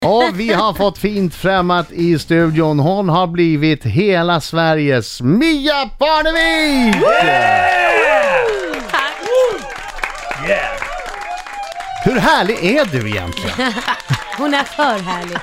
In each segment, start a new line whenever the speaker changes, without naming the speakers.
Och vi har fått fint främmat i studion. Hon har blivit hela Sveriges Mia Parnevik!
Yeah.
Hur härlig är du egentligen?
Hon är för härlig.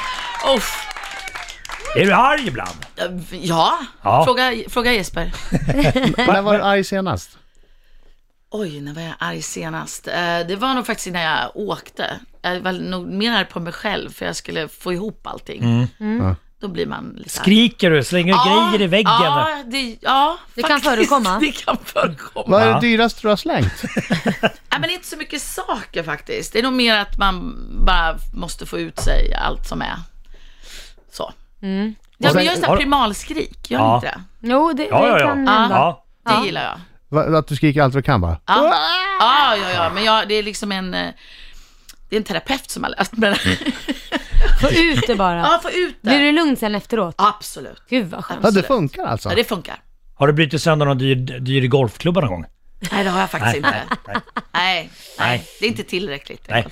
Är du arg ibland?
Ja. Fråga Jesper.
När var du arg senast?
Oj, när var jag arg senast? Det var nog faktiskt när jag åkte. Jag var nog mer arg på mig själv för jag skulle få ihop allting. Då blir man lite
Skriker du? Slänger grejer i väggen?
Det
kan förekomma.
Det kan förekomma.
Vad är det dyraste du har slängt?
Men inte så mycket saker faktiskt. Det är nog mer att man bara måste få ut sig allt som är. Så. Ja, men jag är sån primalskrik. Gör inte det?
Jo, det kan hända.
Det gillar jag.
Att du skriker allt du kan bara?
Ja. Men det är liksom det är en terapeut som har läst med det.
Få ut det bara.
Ja, få ut det.
Blir du lugn sen efteråt?
Absolut.
Gud vad skönt.
Ja, det funkar alltså?
Ja, det funkar.
Har du brutit sönder någon dyr golfklubba någon gång?
Nej, det har jag faktiskt inte. Nej. Det är inte tillräckligt.
Nej.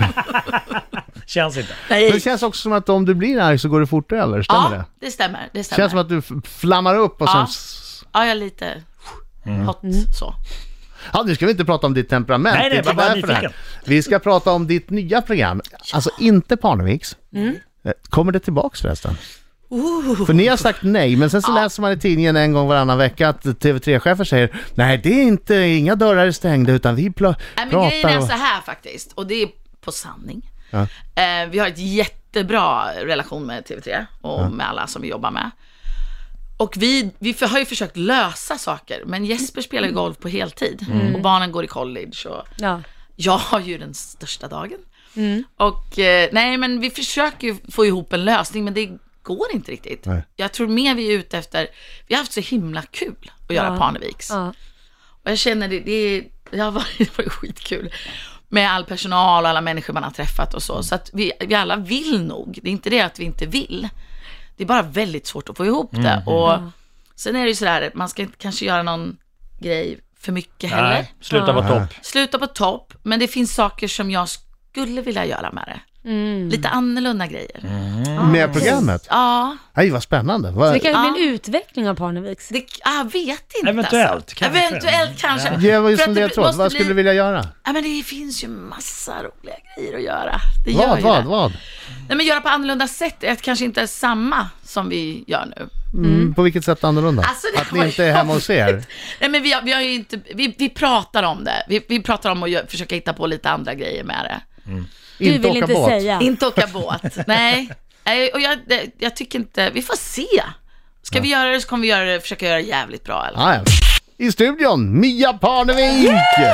Känns inte.
Nej.
Men det känns också som att om du blir arg så går det fort över, stämmer det?
Ja, det stämmer.
Det känns som att du flammar upp och sen...
Ja, jag är lite hot så.
Ja, nu ska vi inte prata om ditt temperament.
Nej,
det
bara
för det här. Vi ska prata om ditt nya program. Alltså inte Parneviks. Kommer det tillbaks förresten? För ni har sagt nej, men sen så läser man i tidningen en gång varannan vecka att TV3-chefer säger nej, det är inte, inga dörrar är stängda utan vi pratar.
Men grejen är så här faktiskt, och det är på sanning.
Ja.
Vi har ett jättebra relation med TV3 och med alla som vi jobbar med. Och vi har ju försökt lösa saker, men Jesper spelar ju golf på heltid och barnen går i college och jag har ju den största dagen. Och nej, men vi försöker ju få ihop en lösning, men det går inte riktigt. Nej. Jag tror mer vi är ute efter, vi har haft så himla kul att göra Parneviks. Och jag känner det har varit skitkul med all personal och alla människor man har träffat och så att vi alla vill nog. Det är inte det att vi inte vill. Det är bara väldigt svårt att få ihop det. Och sen är det ju sådär, man ska inte kanske göra någon grej för mycket heller.
Nej, sluta på topp. Men det finns saker som jag skulle vilja göra med det. Lite annorlunda grejer.
Med programmet?
Ja.
Nej, vad spännande.
Så det kan bli en utveckling av Parneviks?
Jag vet inte.
Eventuellt
kanske.
Ja, vad skulle du vilja göra?
Ja, men det finns ju massa roliga grejer att göra.
Vad?
Nej, men göra på annorlunda sätt. Att kanske inte är samma som vi gör nu.
På vilket sätt annorlunda?
Alltså,
att ni inte är hemma hos er?
Nej, men vi har ju inte, vi pratar om det. Vi pratar om att försöka hitta på lite andra grejer med det.
Du vill inte
båt.
säga.
Inte åka båt. Nej. Och jag tycker inte, vi får se. Ska vi göra det så kommer vi försöka göra det jävligt bra. Eller?
Ja. I studion, Mia Parnevik!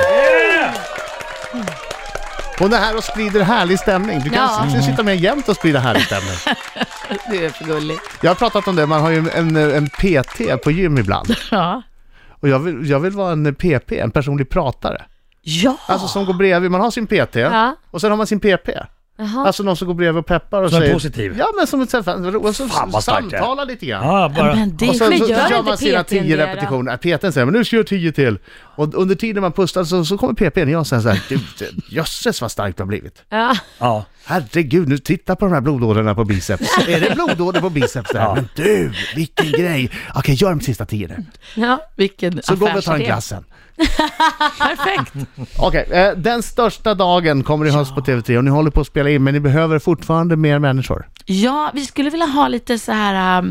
Hon är här och sprider härlig stämning. Du kan sitta med jämt och sprida härlig stämning.
Det är för gulligt.
Jag har pratat om det, man har ju en PT på gym ibland.
Ja.
Och jag vill vara en PP, en personlig pratare.
Ja.
Alltså som går bredvid, man har sin PT och sen har man sin PP. Alltså någon som går bredvid och peppar och
som
säger...
positiv.
Ja, men som ett sätt och så samtala lite grann.
Ja, bara.
Och så gör man sina 10 repetitioner. PT:n säger, men nu ska jag 10 till. Och under tiden man pustar så kommer PP:n och jag säger så här, jösses vad starkt det har blivit.
Ja.
Herregud, nu titta på de här blodådrorna på biceps. Är det blodådror på biceps där? Men du, vilken grej. Okej, gör de sista 10 nu.
Ja, vilken
så går vi och tar en glass sen.
Perfekt.
Okej, den största dagen kommer i höst på TV3 och ni håller på att spela in, men ni behöver fortfarande mer människor.
Ja, vi skulle vilja ha lite så här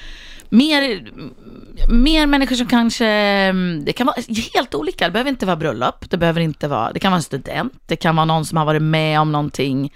mer människor som kanske, det kan vara helt olika, det behöver inte vara bröllop, det kan vara en student, det kan vara någon som har varit med om någonting,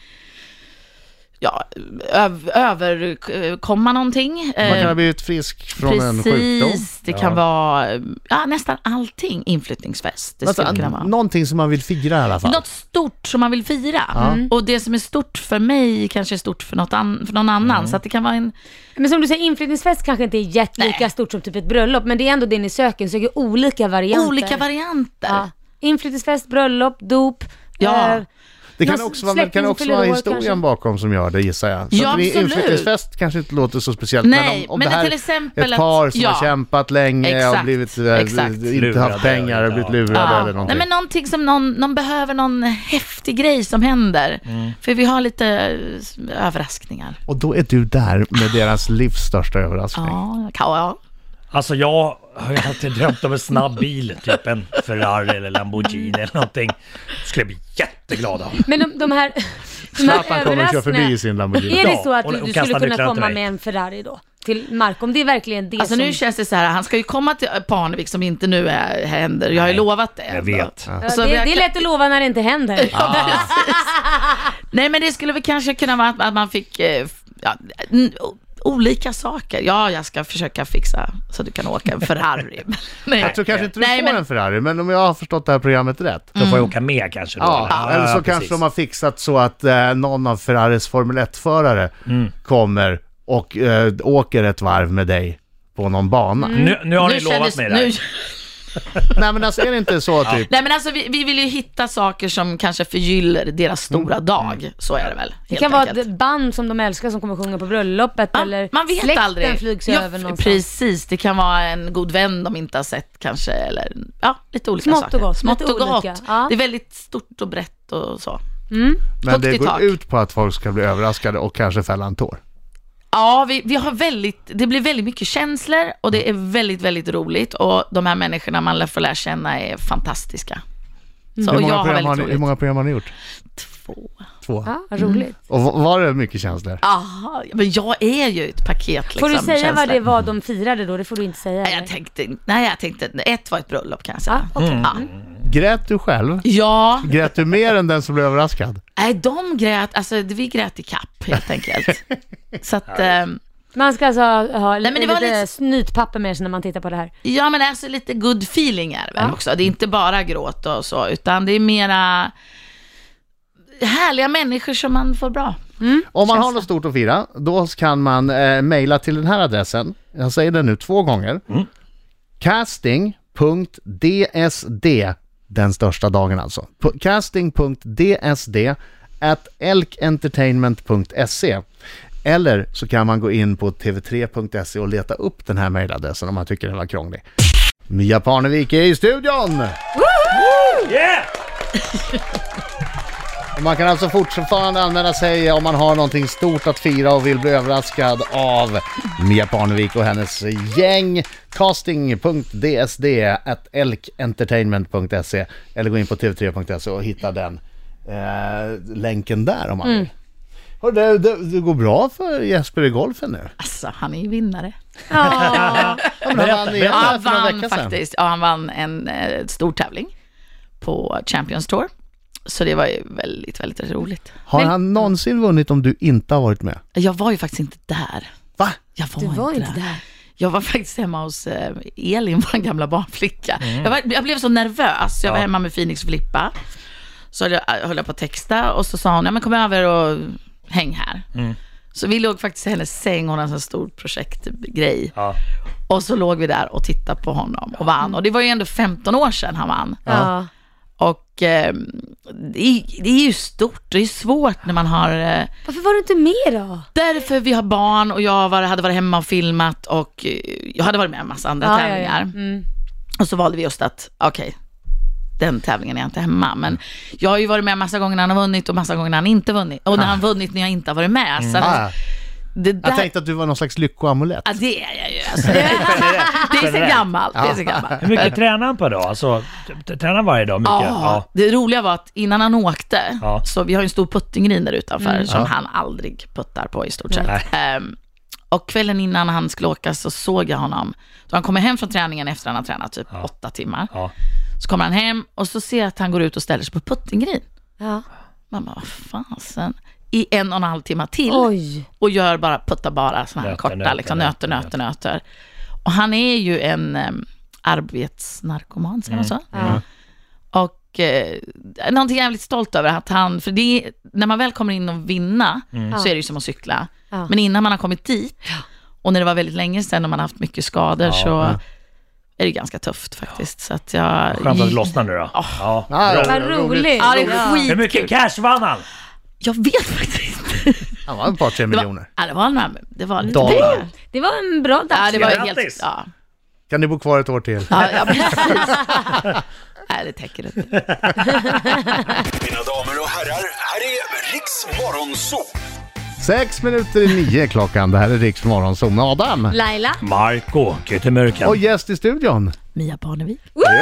överkomma någonting.
Man kan ha blivit frisk från en sjukdom.
Det kan vara nästan allting. Inflyttningsfest. Det skulle kunna vara.
Någonting som man vill fira i alla fall.
Något stort som man vill fira. Och det som är stort för mig kanske är stort för någon annan. Så att det kan vara en...
Men som du säger, inflyttningsfest kanske inte är jättelika stort som typ ett bröllop. Men det är ändå det ni söker olika varianter.
Olika varianter.
Inflyttningsfest, bröllop, dop.
Det kan också vara historien
kanske
bakom som gör det, gissar jag. Så
Ja,
att
absolut.
inflyttningsfest kanske inte låter så speciellt.
Nej,
men om
men
det här
till exempel
ett par som
att-
har kämpat länge och
Exakt,
blivit
exakt.
inte
Lurade,
haft pengar och blivit lurade eller
Nej,
någonting.
men någonting som någon behöver, någon häftig grej som händer. För vi har lite överraskningar.
Och då är du där med deras livs största överraskning.
Ja.
Alltså jag har ju alltid drömt om en snabb bil, typ en Ferrari eller Lamborghini eller någonting. Skulle jag bli jätteglad av.
Men de här
Zlatan kommer och kör förbi i sin Lamborghini.
Är det
Ja,
så att
och
du
kastar
skulle kunna
nycklarna till
komma
mig.
med en Ferrari då? Till Marco, om det är verkligen det
Alltså
som...
nu känns det så här, han ska ju komma till Parnevik som inte nu händer. Jag har ju lovat det.
Jag
ändå.
vet.
Ja,
Så
det
jag-
är lätt att lova när det inte händer.
Nej, men det skulle väl kanske kunna vara att man fick olika saker. Ja, jag ska försöka fixa så du kan åka en Ferrari. Nej.
Jag tror kanske inte du
Nej,
får
men-
en Ferrari, men om jag har förstått det här programmet rätt.
Då får jag åka med kanske då.
Ja, eller så kanske
precis.
de har fixat så att någon av Ferraris Formel 1-förare kommer och åker ett varv med dig på någon bana.
Nu har ni
Nu
lovat
kändes-
mig det här.
nu-
Nej, men alltså är det inte så typ?
Nej, men alltså vi vill ju hitta saker som kanske förgyller deras stora dag. Så är det väl,
Det
helt
kan vara
enkelt.
ett band som de älskar som kommer sjunga på bröllopet eller
Man vet
släkten
aldrig.
flygs
Ja,
över någonstans.
precis, det kan vara en god vän de inte har sett kanske, eller lite olika
Smått och
saker.
gott,
Smått
lite
och gott.
olika, ja.
Det är väldigt stort och brett och så.
Men
högt
det
i
går
tak.
ut på att folk ska bli överraskade och kanske fälla en tår.
Ja, vi har det blir väldigt mycket känslor och det är väldigt, väldigt roligt, och de här människorna man får lära känna är fantastiska. Så, och jag har väldigt roligt.
Hur många program har ni gjort?
2.
2.
Ja, vad roligt.
Och var det mycket känslor?
Aha, men jag är ju ett paket liksom.
Får du säga
känslor.
vad det var de firade då? Det får du inte säga.
Nej,
eller?
jag tänkte, ett var ett bröllop kan jag säga.
Ja, okej.
Grät du själv?
Ja.
Grät du mer än den som blev överraskad?
Nej, de grät, alltså vi grät i kapp helt enkelt. Så att,
Man ska alltså ha
men det var
lite
lite-
snytpapper med sig när man tittar på det här.
ja, men alltså lite good feeling är det väl också. Det är inte bara gråt och så, utan det är mera härliga människor som man får bra.
Om man har något stort att fira, då kan man mejla till den här adressen. Jag säger det nu 2 gånger. Casting.dsd, den största dagen alltså. Casting.dsd@elkentertainment.se. Eller så kan man gå in på tv3.se och leta upp den här mejladressen om man tycker den var krånglig. Mia Parnevik är i studion!
Yeah!
Och man kan alltså fortfarande använda sig om man har någonting stort att fira och vill bli överraskad av Mia Parnevik och hennes gäng. Casting.dsd@elkentertainment.se, eller gå in på tv3.se och hitta den länken där om man vill. Och det går bra för Jesper i golfen nu.
Alltså, han är ju vinnare.
Ja.
Han vann igen
Han
för några
vann
veckor sedan.
faktiskt, ja, han vann en stor tävling på Champions Tour. Så det var ju väldigt, väldigt roligt.
Har han någonsin vunnit om du inte har varit med?
Jag var ju faktiskt inte där.
Va?
Jag
Du var inte där.
Jag var faktiskt hemma hos Elin, vår gamla barnflicka. Jag blev så nervös. Jag var hemma med Phoenix och Filippa. Så höll jag på att texta och så sa hon, ja men kom över och häng här. Så vi låg faktiskt i hennes säng, hon har en sån stor projektgrej.
Ja.
Och så låg vi där och tittade på honom och vann. Och det var ju ändå 15 år sedan han vann.
Ja.
Och det är ju stort, det är svårt när man har...
Varför var du inte med då?
Därför vi har barn och jag hade varit hemma och filmat och jag hade varit med en massa andra tävlingar.
Mm.
Och så valde vi just att, okej, den tävlingen är jag inte hemma. Men jag har ju varit med massa gånger när han har vunnit och massa gånger när han inte vunnit. Och när han vunnit när jag inte har varit med. Så det där...
Jag tänkte att du var någon slags lyckoamulett.
Ja, det är jag ju. Alltså, det är så gammalt. Det är så gammalt.
Hur mycket tränar han på då? Alltså, tränar han varje dag? Mycket?
Ja, det roliga var att innan han åkte,
Ja.
så vi har ju en stor puttingrin där utanför som han aldrig puttar på i stort sett. Och kvällen innan han skulle åka så såg jag honom. Så han kommer hem från träningen efter han har tränat typ 8 timmar.
Ja.
Så kommer han hem och så ser jag att han går ut och ställer sig på puttinggrin.
Ja.
Mamma, vad fasen? I 1,5 timme till.
Oj.
Och puttar bara såna här
Nötter,
korta,
nötter,
liksom,
nötter.
nötter. Och han är ju en arbetsnarkoman, säger man så?
Ja.
Och någonting jag är väldigt stolt över att han, för det, när man väl kommer in och vinna så är det ju som att cykla.
Ja.
Men innan man har kommit dit och när det var väldigt länge sedan och man har haft mycket skador så
är det ganska tufft faktiskt. Så att jag...
Skönt att det lossnar nu då. Ja, bra.
Vad roligt.
Ja, det är
Ja.
Hur mycket cash vann han?
Jag vet faktiskt inte.
Han var ett par 3 miljoner.
Det var lite
Dollar.
pengar.
Det var en bra dag.
Ja, det var
Grattis.
helt... Ja,
Kan ni bo kvar ett år till?
ja precis. Nej, det täcker inte.
Mina damer och herrar, här är Riks Morgonzoo.
8:06 klockan. Det här är Riks Morgonzoo med Adam.
Laila.
Marco Kyttemörken.
Och gäst i studion.
Mia Parnevik.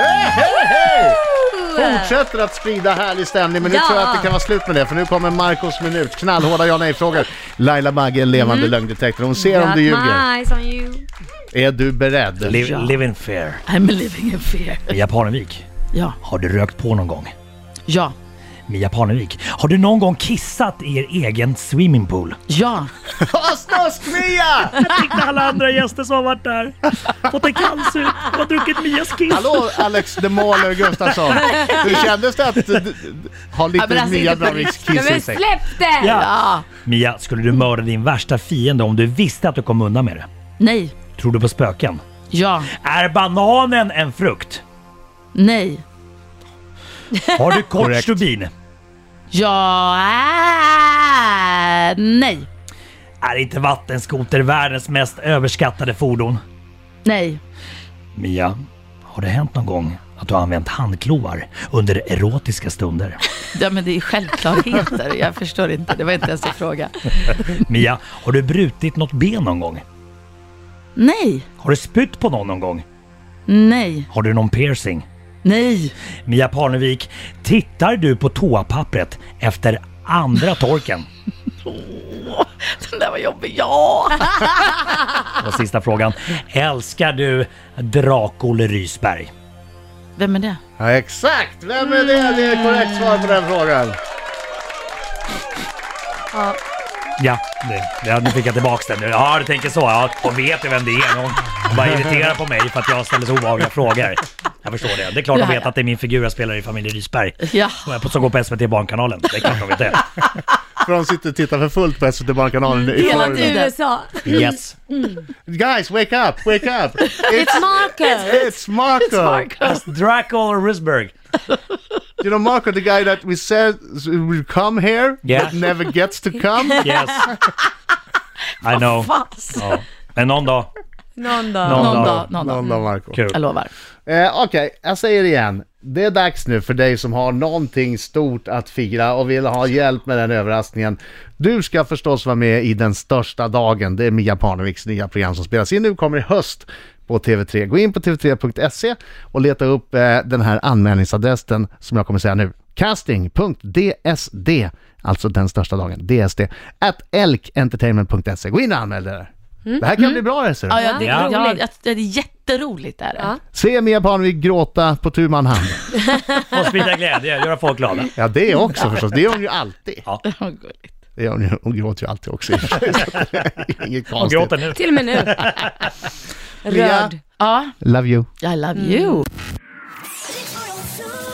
Fortsätter att sprida härlig stämning, men nu tror jag att det kan vara slut med det, för nu kommer Marcos minut. Knallhårda ja nej-frågor. Laila Bagge, en levande lögndetektor. Hon ser om du ljuger.
My eyes on you.
Är du beredd?
Live in fear.
I'm living in fear.
Mia Parnevik,
Ja.
har du rökt på någon gång?
Ja.
Mia Parnevik, har du någon gång kissat i er egen swimmingpool?
Ja.
Snusk-Mia!
Inte alla andra gäster som har varit där. Fått en kallsup och har druckit Mias kiss.
Hallå Alex de Måler Gustafsson. Hur kändes det att ha lite
men alltså,
Mia
inte på
Braviks
Ja,
kiss i
men
sig?
släpp det!
Ja.
Mia, skulle du mörda din värsta fiende om du visste att du kom undan med det?
Nej.
Tror du på spöken?
Ja.
Är bananen en frukt?
Nej.
Har du kort
Korrekt.
stubin?
Ja. Nej.
Är inte vattenskoter världens mest överskattade fordon?
Nej.
Mia, har det hänt någon gång att du har använt handklovar under erotiska stunder?
Ja, men det är självklarheter. Jag förstår inte. Det var inte ens en fråga.
Mia, har du brutit något ben någon gång?
Nej.
Har du spytt på någon gång?
Nej.
Har du någon piercing?
Nej.
Mia Parnevik, tittar du på toapappret efter andra torken?
Den där var jobbig. Ja.
Och sista frågan, älskar du Drak-Olle Rysberg?
Vem är det?
Ja, exakt! Vem är det? Det är korrekt svar på den frågan.
Ja, nu fick jag tillbaka den. Ja, du tänker så. Ja, och vet ju vem det är. Hon bara irriterar på mig för att jag ställer så obehagliga frågor. Jag förstår det. Det är klart de vet att det är min figur jag spelar i Familjen Rysberg.
Ja.
Som går på SVT Barnkanalen. Det är klart de vet det.
För de sitter och tittar för fullt på SVT Barnkanalen i
Hela
Florida.
tiden.
USA.
Yes.
Guys, wake up! Wake up!
It's Marcus.
It's Marco!
That's Drak-Olle Rysberg.
You know Marco, the guy that we said will come here,
Yeah.
but never gets to come?
Yes. I know. Ja. Men någon dag.
Någon dag.
Någon dag.
Någon dag, Marco.
Kul.
Jag lovar.
Okej, jag säger det igen. Det är dags nu för dig som har någonting stort att fira och vill ha hjälp med den överraskningen. Du ska förstås vara med i Den största dagen. Det är Mia Parneviks nya program som spelas in nu, kommer i höst på TV3. Gå in på tv3.se och leta upp den här anmälningsadressen som jag kommer säga nu. Casting.dsd, alltså Den största dagen, dsd, @elkentertainment.se. Gå in och anmäl det där. Det här kan bli bra, det ser du.
Ja, det,
Ja.
det är jätteroligt. Är det.
Ja.
Se Mia Parnevik gråta på tu man hand.
Och sprida glädje, göra folk glada.
Ja, det också förstås. Det gör hon ju alltid.
Ja.
Det var gulligt.
Det gör hon ju. Hon gråter ju alltid också. Så det är inget
Och
konstigt.
gråter nu.
Till och med nu.
Mia,
Rörd.
Ja,
love you.
I love you.
Riks Morgonzoo.